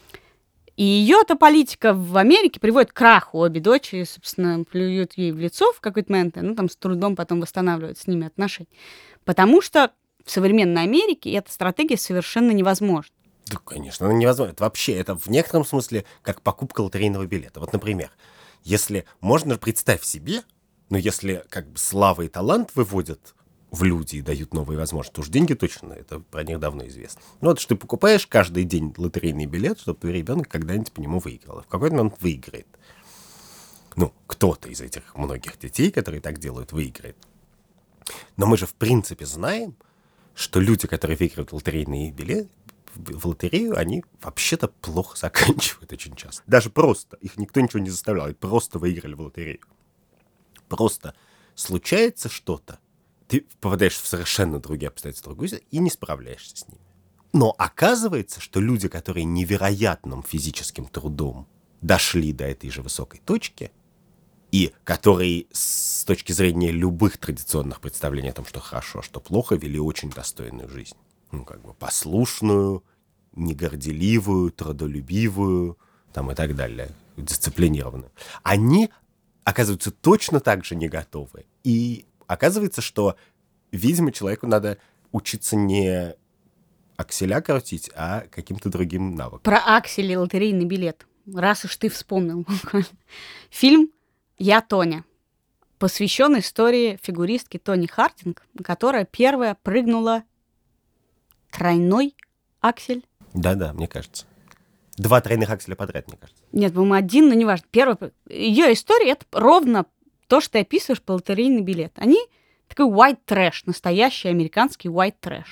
S6: И ее-то политика в Америке приводит к краху. Обе дочери, собственно, плюют ей в лицо в какой-то момент, ну, там с трудом потом восстанавливают с ними отношения. Потому что в современной Америке эта стратегия совершенно невозможна.
S7: Да, конечно, ну, невозможно. Это вообще, это в некотором смысле как покупка лотерейного билета. Вот, например, если можно, представь себе, ну, если как бы слава и талант выводят в люди и дают новые возможности, то уж деньги точно, это про них давно известно. Ну, вот что ты покупаешь каждый день лотерейный билет, чтобы твой ребенок когда-нибудь по нему выиграл. И в какой-то момент выиграет. Ну, кто-то из этих многих детей, которые так делают, выиграет. Но мы же в принципе знаем, что люди, которые выигрывают лотерейные билеты, в лотерею, они вообще-то плохо заканчивают очень часто. Даже просто. Их никто ничего не заставлял. Они просто выиграли в лотерею. Просто случается что-то, ты попадаешь в совершенно другие обстоятельства, другую, и не справляешься с ними. Но оказывается, что люди, которые невероятным физическим трудом дошли до этой же высокой точки, и которые с точки зрения любых традиционных представлений о том, что хорошо, что плохо, вели очень достойную жизнь. Ну, как бы послушную, негорделивую, трудолюбивую, там и так далее, дисциплинированную. Они оказываются точно так же не готовы. И оказывается, что, видимо, человеку надо учиться не акселя крутить, а каким-то другим навыкам.
S6: Про аксель и лотерейный билет. Раз уж ты вспомнил. Фильм «Я, Тоня», посвящен истории фигуристки Тони Хардинг, которая первая прыгнула тройной аксель.
S7: Да-да, мне кажется. Два тройных акселя подряд, мне кажется.
S6: Нет, по-моему, один, но неважно. Первый... Ее история — это ровно то, что ты описываешь по лотерейный билет. Они такой white trash, настоящий американский white trash.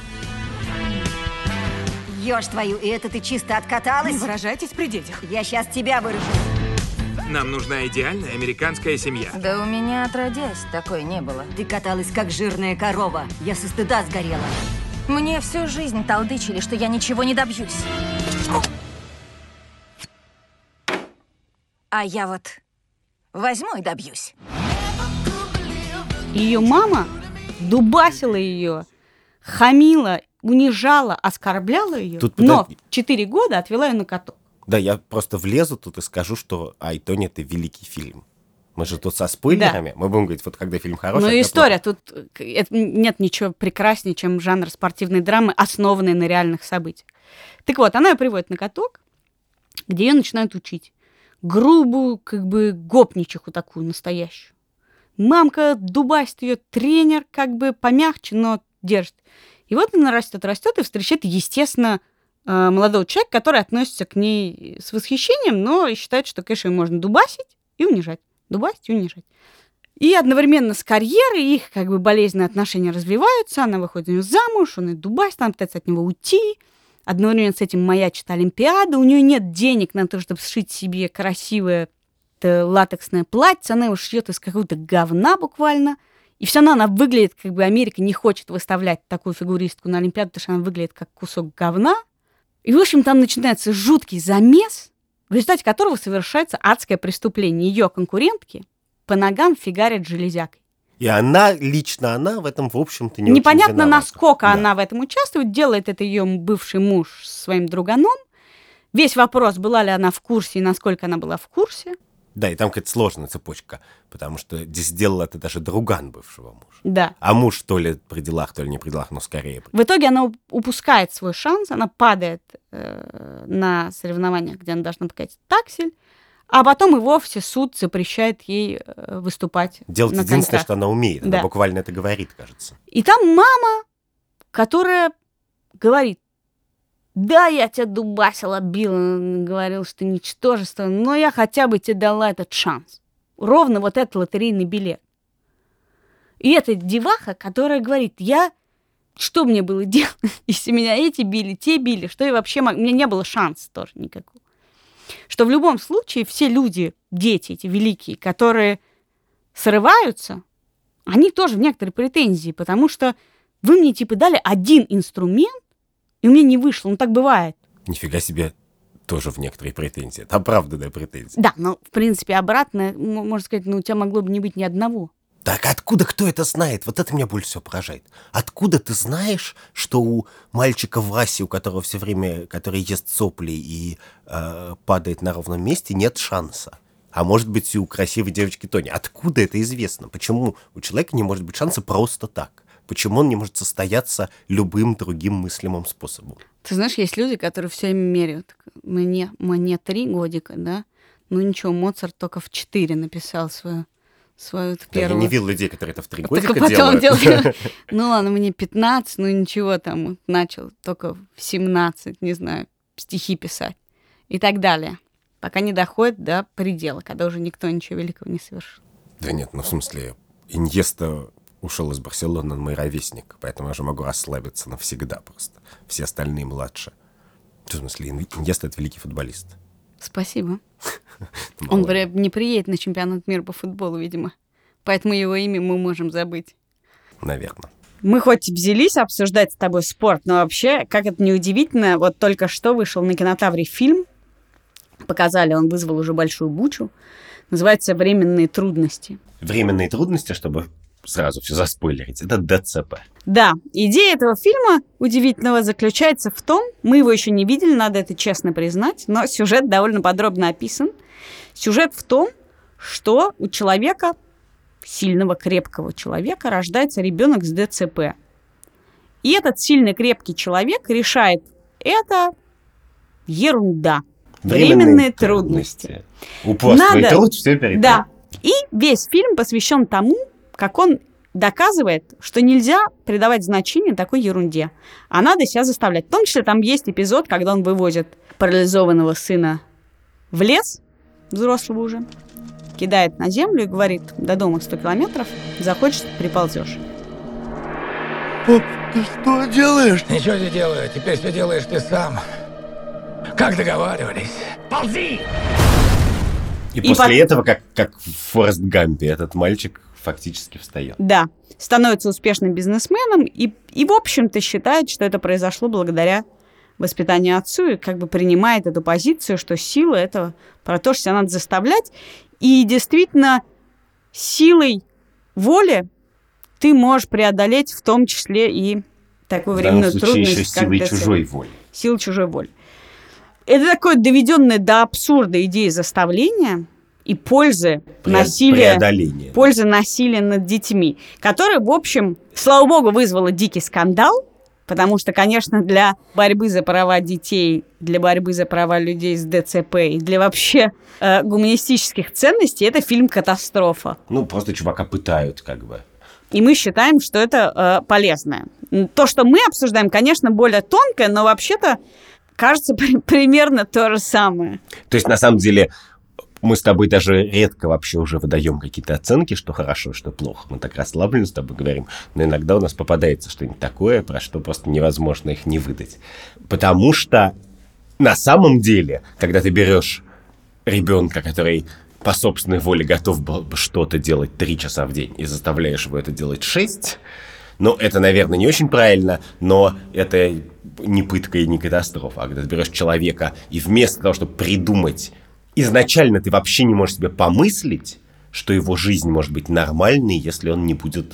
S12: Ёж твою, и это ты чисто откаталась?
S13: Не выражайтесь при детях.
S12: Я сейчас тебя вырежу.
S9: Нам нужна идеальная американская семья.
S14: Да у меня отродясь такой не было.
S12: Ты каталась как жирная корова. Я со стыда сгорела.
S14: Мне всю жизнь толдычили, что я ничего не добьюсь. А я вот возьму и добьюсь.
S6: Ее мама дубасила ее, хамила, унижала, оскорбляла ее,
S7: Тут
S6: но
S7: подожди.
S6: в четыре года отвела ее на каток.
S7: Да, я просто влезу тут и скажу, что «Ай, Тоня» — это великий фильм. Мы же тут со спойлерами, да. Мы будем говорить, вот когда фильм хороший.
S6: Ну и история, плохо. Тут это, нет ничего прекраснее, чем жанр спортивной драмы, основанной на реальных событиях. Так вот, она ее приводит на каток, где ее начинают учить. Грубую, как бы, гопничиху такую настоящую. Мамка дубасит ее, тренер как бы помягче, но держит. И вот она растет, растет и встречает, естественно, молодого человека, который относится к ней с восхищением, но считает, что, конечно, ее можно дубасить и унижать. Дубасить и унижать. И одновременно с карьерой их как бы болезненные отношения развиваются, она выходит за него замуж, он ее дубасит, она пытается от него уйти. Одновременно с этим маячит Олимпиада, у нее нет денег на то, чтобы сшить себе красивое латексное платье, она его шьет из какого-то говна буквально. И все равно она выглядит, как бы Америка не хочет выставлять такую фигуристку на Олимпиаду, потому что она выглядит как кусок говна. И, в общем, там начинается жуткий замес, в результате которого совершается адское преступление. Ее конкурентки по ногам фигарят железякой.
S7: И она, лично она в этом, в общем-то, не
S6: Непонятно,
S7: очень виновата.
S6: насколько
S7: Да.
S6: она в этом участвует. Делает это ее бывший муж со своим друганом. Весь вопрос, была ли она в курсе и насколько она была в курсе.
S7: Да, и там какая-то сложная цепочка, потому что здесь сделал это даже друган бывшего мужа.
S6: Да.
S7: А муж то ли при делах, то ли не при делах, но скорее.
S6: В итоге она упускает свой шанс, она падает э, на соревнованиях, где она должна покатить таксель, а потом и вовсе суд запрещает ей э, выступать
S7: Делать
S6: на
S7: единственное,
S6: коньках.
S7: что она умеет. Она
S6: Да.
S7: буквально это говорит, кажется.
S6: И там мама, которая говорит: да, я тебя дубасила, била, говорил, что ничтожество, но я хотя бы тебе дала этот шанс. Ровно вот этот лотерейный билет. И эта деваха, которая говорит: я... Что мне было делать, если меня эти били, те били, что я вообще мог... У меня не было шанса тоже никакого. Что в любом случае все люди, дети эти великие, которые срываются, они тоже в некоторой претензии, потому что вы мне типа дали один инструмент, и у меня не вышло. Ну, так бывает.
S7: Нифига себе, тоже в некоторые претензии. Это оправданная претензия.
S6: Да, но, в принципе, обратно, м- можно сказать, ну, у тебя могло бы не быть ни одного.
S7: Так откуда кто это знает? Вот это меня больше всего поражает. Откуда ты знаешь, что у мальчика Васи, у которого все время, который ест сопли и э, падает на ровном месте, нет шанса? А может быть, и у красивой девочки Тони. Откуда это известно? Почему у человека не может быть шанса просто так? почему он не может состояться любым другим мыслимым способом?
S6: Ты знаешь, есть люди, которые все время меряют. Мне, мне три годика, да? Ну ничего, Моцарт только в четыре написал свою, свою
S7: Да,
S6: первую...
S7: я не видел людей, которые это в три
S6: Так
S7: годика
S6: потом
S7: делают.
S6: делают. Ну ладно, мне пятнадцать, ну ничего, там начал только в семнадцать, не знаю, стихи писать и так далее. Пока не доходит до предела, когда уже никто ничего великого не совершил.
S7: Да нет, ну в смысле, Иньеста ушел из Барселоны, он мой ровесник, поэтому я же могу расслабиться навсегда просто. Все остальные младше. В смысле, Иньеста — это великий футболист.
S6: Спасибо. Он не приедет на чемпионат мира по футболу, видимо. Поэтому его имя мы можем забыть.
S7: Наверное.
S6: Мы хоть взялись обсуждать с тобой спорт, но вообще, как это неудивительно, вот только что вышел на Кинотавре фильм, показали, он вызвал уже большую бучу, называется «Временные трудности».
S7: Временные трудности, чтобы сразу все заспойлерить, это ДЦП.
S6: Да, идея этого фильма удивительного заключается в том, мы его еще не видели, надо это честно признать, но сюжет довольно подробно описан. Сюжет в том, что у человека, сильного, крепкого человека, рождается ребенок с ДЦП. И этот сильный, крепкий человек решает, это ерунда. Временные, Временные трудности. трудности.
S7: Упорство и труд все перед.
S6: Да. И весь фильм посвящен тому, как он доказывает, что нельзя придавать значение такой ерунде, а надо себя заставлять. В том числе там есть эпизод, когда он вывозит парализованного сына в лес, взрослого уже, кидает на землю и говорит: до дома сто километров, захочешь, приползешь.
S13: Пап, ты что делаешь? Ничего не делаю, теперь все делаешь ты сам. Как договаривались. Ползи!
S7: И, и после под... этого, как, как в Форест Гампе, этот мальчик фактически встает.
S6: Да, становится успешным бизнесменом и, и, в общем-то, считает, что это произошло благодаря воспитанию отцу, и как бы принимает эту позицию, что сила — это про то, что себя надо заставлять. И действительно, силой воли ты можешь преодолеть в том числе и такую временную трудность. В данном случае еще
S7: силой чужой воли.
S6: Сила чужой воли. Это такое доведенное до абсурда идеи заставления и пользы Пре- насилия,
S7: преодоления.
S6: пользы насилия над детьми, которое, в общем, слава богу, вызвало дикий скандал, потому что, конечно, для борьбы за права детей, для борьбы за права людей с ДЦП и для вообще э, гуманистических ценностей это фильм-катастрофа.
S7: Ну, просто чувака пытают, как бы.
S6: И мы считаем, что это э, полезное. То, что мы обсуждаем, конечно, более тонкое, но вообще-то кажется при- примерно то же самое.
S7: То есть, на самом деле, мы с тобой даже редко вообще уже выдаем какие-то оценки, что хорошо, что плохо. Мы так расслабленно с тобой говорим, но иногда у нас попадается что-нибудь такое, про что просто невозможно их не выдать. Потому что на самом деле, когда ты берешь ребенка, который по собственной воле готов был бы что-то делать три часа в день, и заставляешь его это делать шесть, ну, это, наверное, не очень правильно, но это не пытка и не катастрофа. А когда ты берешь человека, и вместо того, чтобы придумать, изначально ты вообще не можешь себе помыслить, что его жизнь может быть нормальной, если он не будет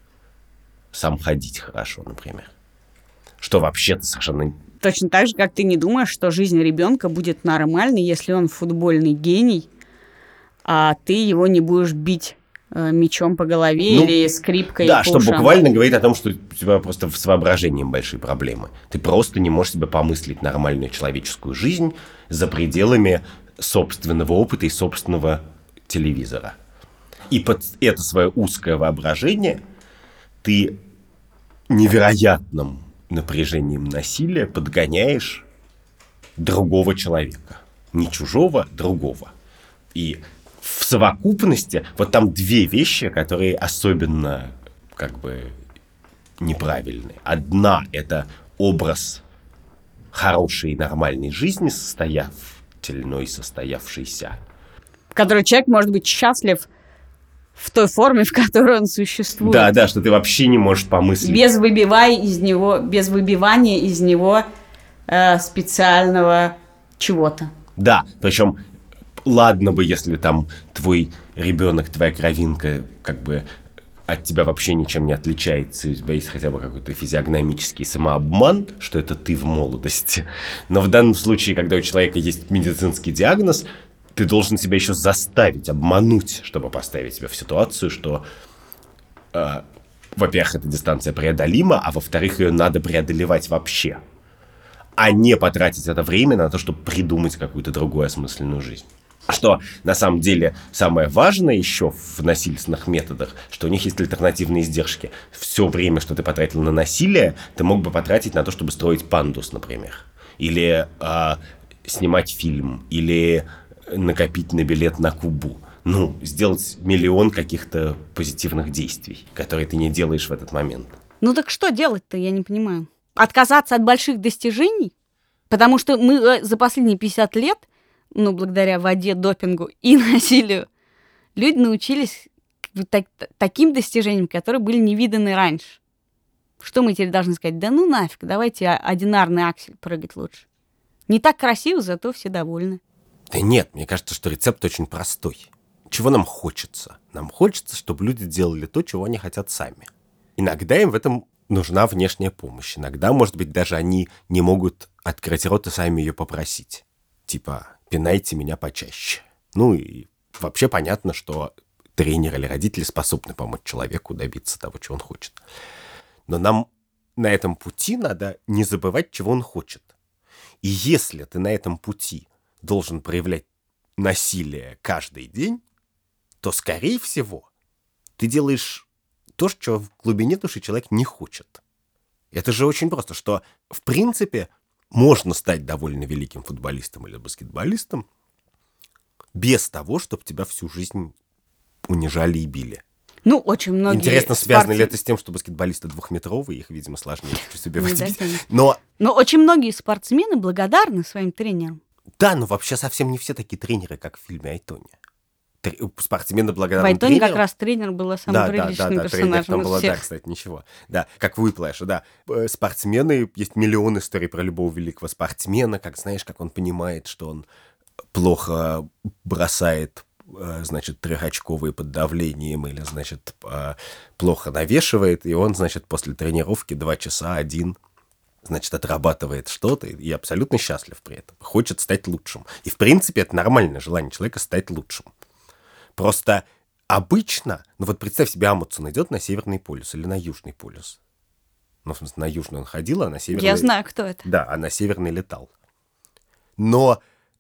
S7: сам ходить хорошо, например. Что вообще-то совершенно...
S6: Точно так же, как ты не думаешь, что жизнь ребенка будет нормальной, если он футбольный гений, а ты его не будешь бить э, мячом по голове ну, или скрипкой
S7: да,
S6: по ушам.
S7: Да, что буквально говорит о том, что у тебя просто с воображением большие проблемы. Ты просто не можешь себе помыслить нормальную человеческую жизнь за пределами собственного опыта и собственного телевизора. И под это свое узкое воображение ты невероятным напряжением насилия подгоняешь другого человека. Не чужого, другого. И в совокупности вот там две вещи, которые особенно как бы неправильные. Одна – это образ хорошей и нормальной жизни, состоятельной, состоявшейся.
S6: В которой человек может быть счастлив в той форме, в которой он существует.
S7: Да, да, что ты вообще не можешь помыслить.
S6: Без выбивания из него, без выбивания из него э, специального чего-то.
S7: Да, причем ладно бы, если там твой ребенок, твоя кровинка, как бы от тебя вообще ничем не отличается, у тебя есть хотя бы какой-то физиогномический самообман, что это ты в молодости. Но в данном случае, когда у человека есть медицинский диагноз, ты должен себя еще заставить, обмануть, чтобы поставить себя в ситуацию, что э, во-первых, эта дистанция преодолима, а во-вторых, ее надо преодолевать вообще, а не потратить это время на то, чтобы придумать какую-то другую осмысленную жизнь. Что на самом деле самое важное еще в насильственных методах, что у них есть альтернативные издержки. Все время, что ты потратил на насилие, ты мог бы потратить на то, чтобы строить пандус, например. Или э, снимать фильм, или накопить на билет на Кубу. Ну, сделать миллион каких-то позитивных действий, которые ты не делаешь в этот момент.
S6: Ну так что делать-то, я не понимаю. Отказаться от больших достижений? Потому что мы за последние пятьдесят лет, ну, благодаря воде, допингу и насилию, люди научились так, таким достижениям, которые были не виданы раньше. Что мы теперь должны сказать? Да ну нафиг, давайте одинарный аксель прыгать лучше. Не так красиво, зато все довольны.
S7: Да нет, мне кажется, что рецепт очень простой. Чего нам хочется? Нам хочется, чтобы люди делали то, чего они хотят сами. Иногда им в этом нужна внешняя помощь. Иногда, может быть, даже они не могут открыть рот и сами ее попросить. Типа, пинайте меня почаще. Ну и вообще понятно, что тренер или родители способны помочь человеку добиться того, чего он хочет. Но нам на этом пути надо не забывать, чего он хочет. И если ты на этом пути должен проявлять насилие каждый день, то, скорее всего, ты делаешь то, что в глубине души человек не хочет. Это же очень просто, что, в принципе, можно стать довольно великим футболистом или баскетболистом без того, чтобы тебя всю жизнь унижали и били.
S6: Ну, очень многие...
S7: Интересно, связано
S6: спортив...
S7: ли это с тем, что баскетболисты двухметровые, их, видимо, сложнее себе
S6: ну,
S7: выделить.
S6: да,
S7: но...
S6: но очень многие спортсмены благодарны своим тренерам.
S7: Да, но вообще совсем не все такие тренеры, как в фильме «Айтоне». Спортсмены благодарны
S6: тренерам. В «Айтоне»
S7: тренерам.
S6: как раз тренер был самым
S7: да,
S6: приличным
S7: да, да,
S6: персонажем
S7: тренер там
S6: из
S7: была,
S6: всех.
S7: да, кстати, ничего. Да, как Уиплэш, да. Спортсмены, есть миллион историй про любого великого спортсмена, как, знаешь, как он понимает, что он плохо бросает, значит, трехочковые под давлением или, значит, плохо навешивает, и он, значит, после тренировки два часа один, значит, отрабатывает что-то и абсолютно счастлив при этом. Хочет стать лучшим. И, в принципе, это нормальное желание человека стать лучшим. Просто обычно, ну вот представь себе, Амундсен идет на Северный полюс или на Южный полюс. Ну, в смысле, на Южный он ходил, а на Северный...
S6: Я знаю, кто это.
S7: Да, а на Северный летал. Но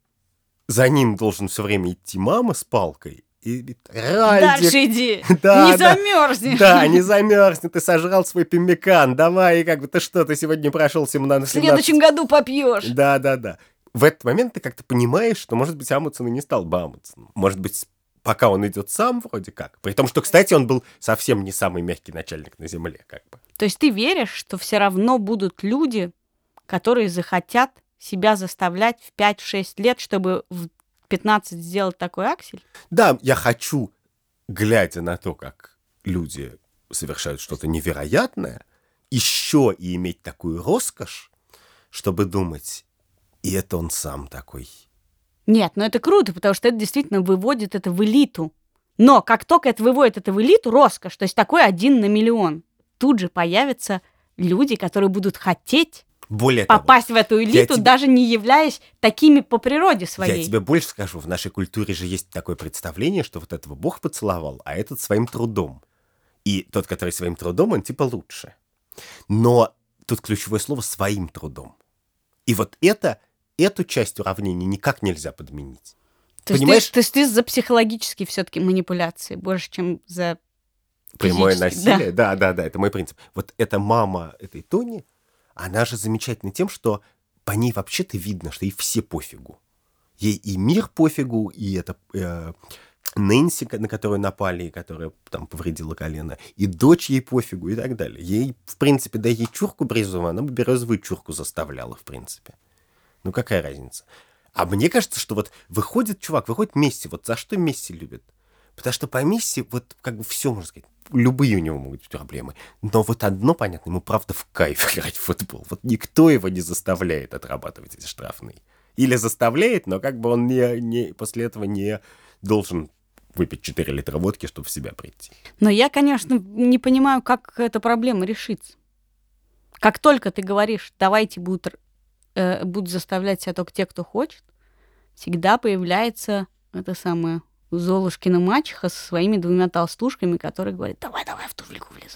S7: за ним должен все время идти мама с палкой. И...
S6: Дальше иди,
S7: да,
S6: не
S7: да,
S6: замерзнешь.
S7: Да, не замерзнешь, ты сожрал свой пеммикан, давай, и как бы ты что, ты сегодня прошел семнадцать...
S6: В следующем году попьешь.
S7: Да, да, да. В этот момент ты как-то понимаешь, что, может быть, Амундсен и не стал бы Амундсеном. Может быть, пока он идет сам, вроде как. При том, что, кстати, он был совсем не самый мягкий начальник на земле, как бы.
S6: То есть ты веришь, что все равно будут люди, которые захотят себя заставлять в пять-шесть лет, чтобы в пятнадцать сделать такой аксель?
S7: Да, я хочу, глядя на то, как люди совершают что-то невероятное, еще и иметь такую роскошь, чтобы думать, и это он сам такой.
S6: Нет, ну это круто, потому что это действительно выводит это в элиту. Но как только это выводит это в элиту, роскошь, то есть такой один на миллион, тут же появятся люди, которые будут хотеть
S7: Более
S6: попасть
S7: того,
S6: в эту элиту,
S7: тебе...
S6: даже не являясь такими по природе своей.
S7: Я тебе больше скажу, в нашей культуре же есть такое представление, что вот этого Бог поцеловал, а этот своим трудом. И тот, который своим трудом, он типа лучше. Но тут ключевое слово «своим трудом». И вот это... Эту часть уравнения никак нельзя подменить.
S6: То
S7: Понимаешь?
S6: Есть ты, то есть ты за психологические все-таки манипуляции больше, чем за
S7: прямое насилие?
S6: Да.
S7: да, да, да, это мой принцип. Вот эта мама этой Тони, она же замечательна тем, что по ней вообще-то видно, что ей все пофигу. Ей и мир пофигу, и это э, Нэнси, на которую напали, и которая там повредила колено, и дочь ей пофигу, и так далее. Ей, в принципе, да ей чурку березовую, она бы березовую чурку заставляла, в принципе. Ну, какая разница? А мне кажется, что вот выходит чувак, выходит Месси. Вот за что Месси любит? Потому что по Месси вот как бы все, можно сказать, любые у него могут быть проблемы. Но вот одно понятно, ему правда в кайф играть в футбол. Вот никто его не заставляет отрабатывать эти штрафные. Или заставляет, но как бы он не, не, после этого не должен выпить четыре литра водки, чтобы в себя прийти.
S6: Но я, конечно, не понимаю, как эта проблема решится. Как только ты говоришь, давайте будут... будут заставлять себя только те, кто хочет, всегда появляется это самое Золушкина мачеха со своими двумя толстушками, которые говорят, давай, давай в туфельку влезай.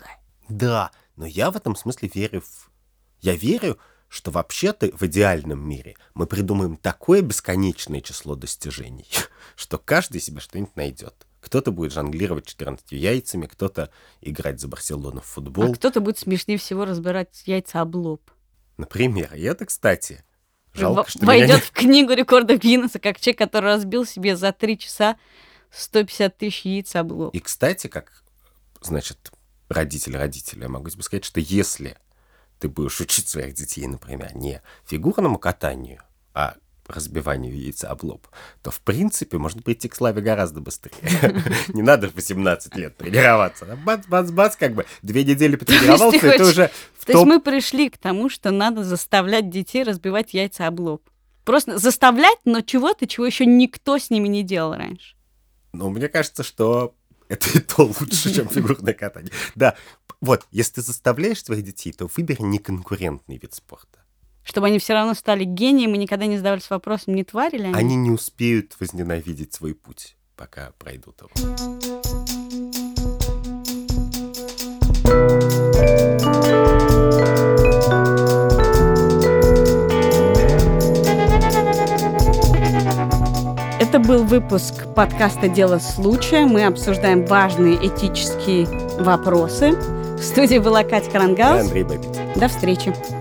S7: Да, но я в этом смысле верю в... Я верю, что вообще-то в идеальном мире мы придумаем такое бесконечное число достижений, что каждый себе что-нибудь найдет. Кто-то будет жонглировать четырнадцатью яйцами, кто-то играть за Барселону в футбол.
S6: А кто-то будет смешнее всего разбирать яйца об лоб.
S7: Например, и это, кстати, жалко,
S6: В-
S7: что
S6: войдет
S7: меня не...
S6: в книгу рекордов Гиннесса как человек, который разбил себе за три часа сто пятьдесят тысяч яиц об лоб.
S7: И, кстати, как, значит, родитель родителя, я могу тебе сказать, что если ты будешь учить своих детей, например, не фигурному катанию, а разбиванию яйца об лоб, то, в принципе, можно прийти к славе гораздо быстрее. Не надо в восемнадцать лет тренироваться. Бац-бац-бац, как бы две недели потренировался, и ты уже в
S6: То есть мы пришли к тому, что надо заставлять детей разбивать яйца об лоб. Просто заставлять, но чего-то, чего еще никто с ними не делал раньше.
S7: Ну, мне кажется, что это и то лучше, чем фигурное катание. Да, вот, если ты заставляешь своих детей, то выбери неконкурентный вид спорта.
S6: Чтобы они все равно стали гением и никогда не задавались вопросом, не твари ли они?
S7: Они не успеют возненавидеть свой путь, пока пройдут его.
S6: Это был выпуск подкаста «Дело случая». Мы обсуждаем важные этические вопросы. В студии была Катя Крангаус.
S7: Андрей Бабич.
S6: До встречи.